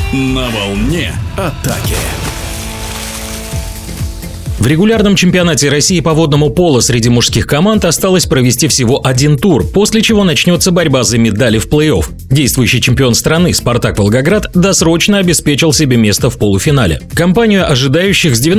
На волне атаки. В регулярном чемпионате России по водному поло среди мужских команд осталось провести всего один тур, после чего начнется борьба за медали в плей-офф. Действующий чемпион страны «Спартак Волгоград» досрочно обеспечил себе место в полуфинале. Компанию ожидающих с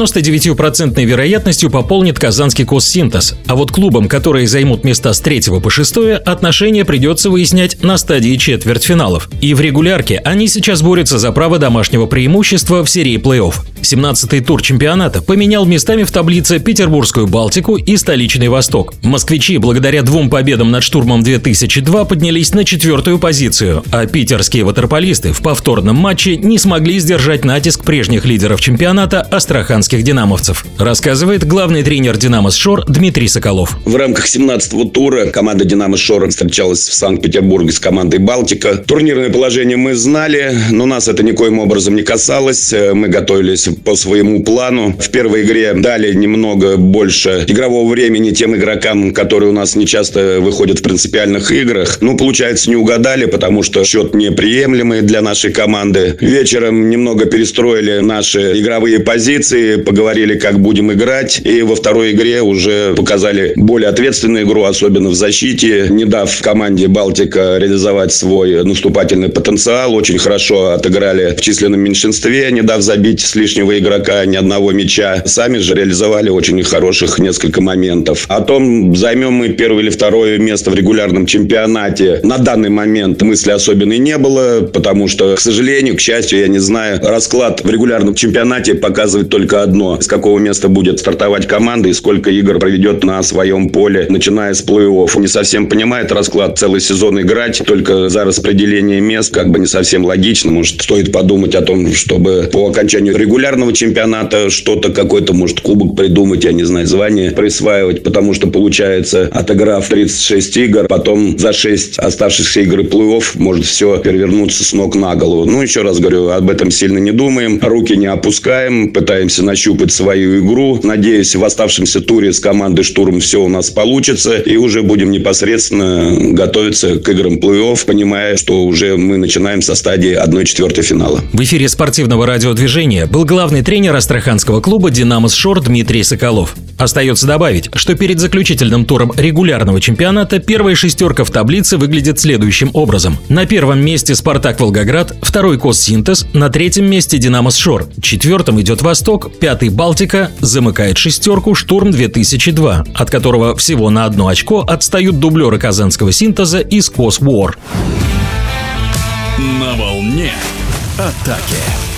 99% вероятностью пополнит казанский «Коссинтез», а вот клубам, которые займут места с 3 по 6, отношения придется выяснять на стадии четвертьфиналов. И в регулярке они сейчас борются за право домашнего преимущества в серии плей-офф. 17-й тур чемпионата поменял местами в таблице петербургскую «Балтику» и столичный «Восток». Москвичи благодаря 2 победам над «Штурмом-2002» поднялись на 4-ю позицию, а питерские ватерполисты в повторном матче не смогли сдержать натиск прежних лидеров чемпионата астраханских динамовцев, рассказывает главный тренер «Динамо Сшор» Дмитрий Соколов. В рамках 17-го тура команда «Динамо Сшор» встречалась в Санкт-Петербурге с командой «Балтика». Турнирное положение мы знали, но нас это никоим образом не касалось. Мы готовились по своему плану. В первой игре дали немного больше игрового времени тем игрокам, которые у нас не часто выходят в принципиальных играх. Получается, не угадали, потому что счет неприемлемый для нашей команды. Вечером немного перестроили наши игровые позиции, поговорили, как будем играть. И во второй игре уже показали более ответственную игру, особенно в защите, не дав команде «Балтика» реализовать свой наступательный потенциал. Очень хорошо отыграли в численном меньшинстве, не дав забить с лишнего игрока ни одного мяча. Сами же реализовали очень хороших несколько моментов. О том, займем мы первое или второе место в регулярном чемпионате, на данный момент мысли особенной не было, потому что, к сожалению, к счастью, я не знаю, расклад в регулярном чемпионате показывает только одно: с какого места будет стартовать команда и сколько игр проведет на своем поле, начиная с плей-офф. Не совсем понимает расклад целый сезон играть только за распределение мест, не совсем логично. Может, стоит подумать о том, чтобы по окончанию регулярного чемпионата что-то, какой-то, может, кубок придумать, я не знаю, звание присваивать, потому что получается, отыграв 36 игр, потом за 6 оставшихся игр плей-офф может все перевернуться с ног на голову. Еще раз говорю, об этом сильно не думаем, руки не опускаем, пытаемся нащупать свою игру. Надеюсь, в оставшемся туре с командой «Штурм» все у нас получится, и уже будем непосредственно готовиться к играм плей-офф, понимая, что уже мы начинаем со стадии 1/4 финала. В эфире спортивного радиодвижения был главный тренер астраханского клуба «Динамо Сшор» Дмитрий Соколов. Остается добавить, что перед заключительным туром регулярного чемпионата первая шестерка в таблице выглядит следующим образом. На первом месте «Спартак Волгоград», второй «Коссинтез», на третьем месте «Динамо Сшор», четвертым идет «Восток», пятый «Балтика», замыкает шестерку «Штурм-2002», от которого всего на 1 очко отстают дублеры казанского «Синтеза» и «Скосвор». На волне атаки.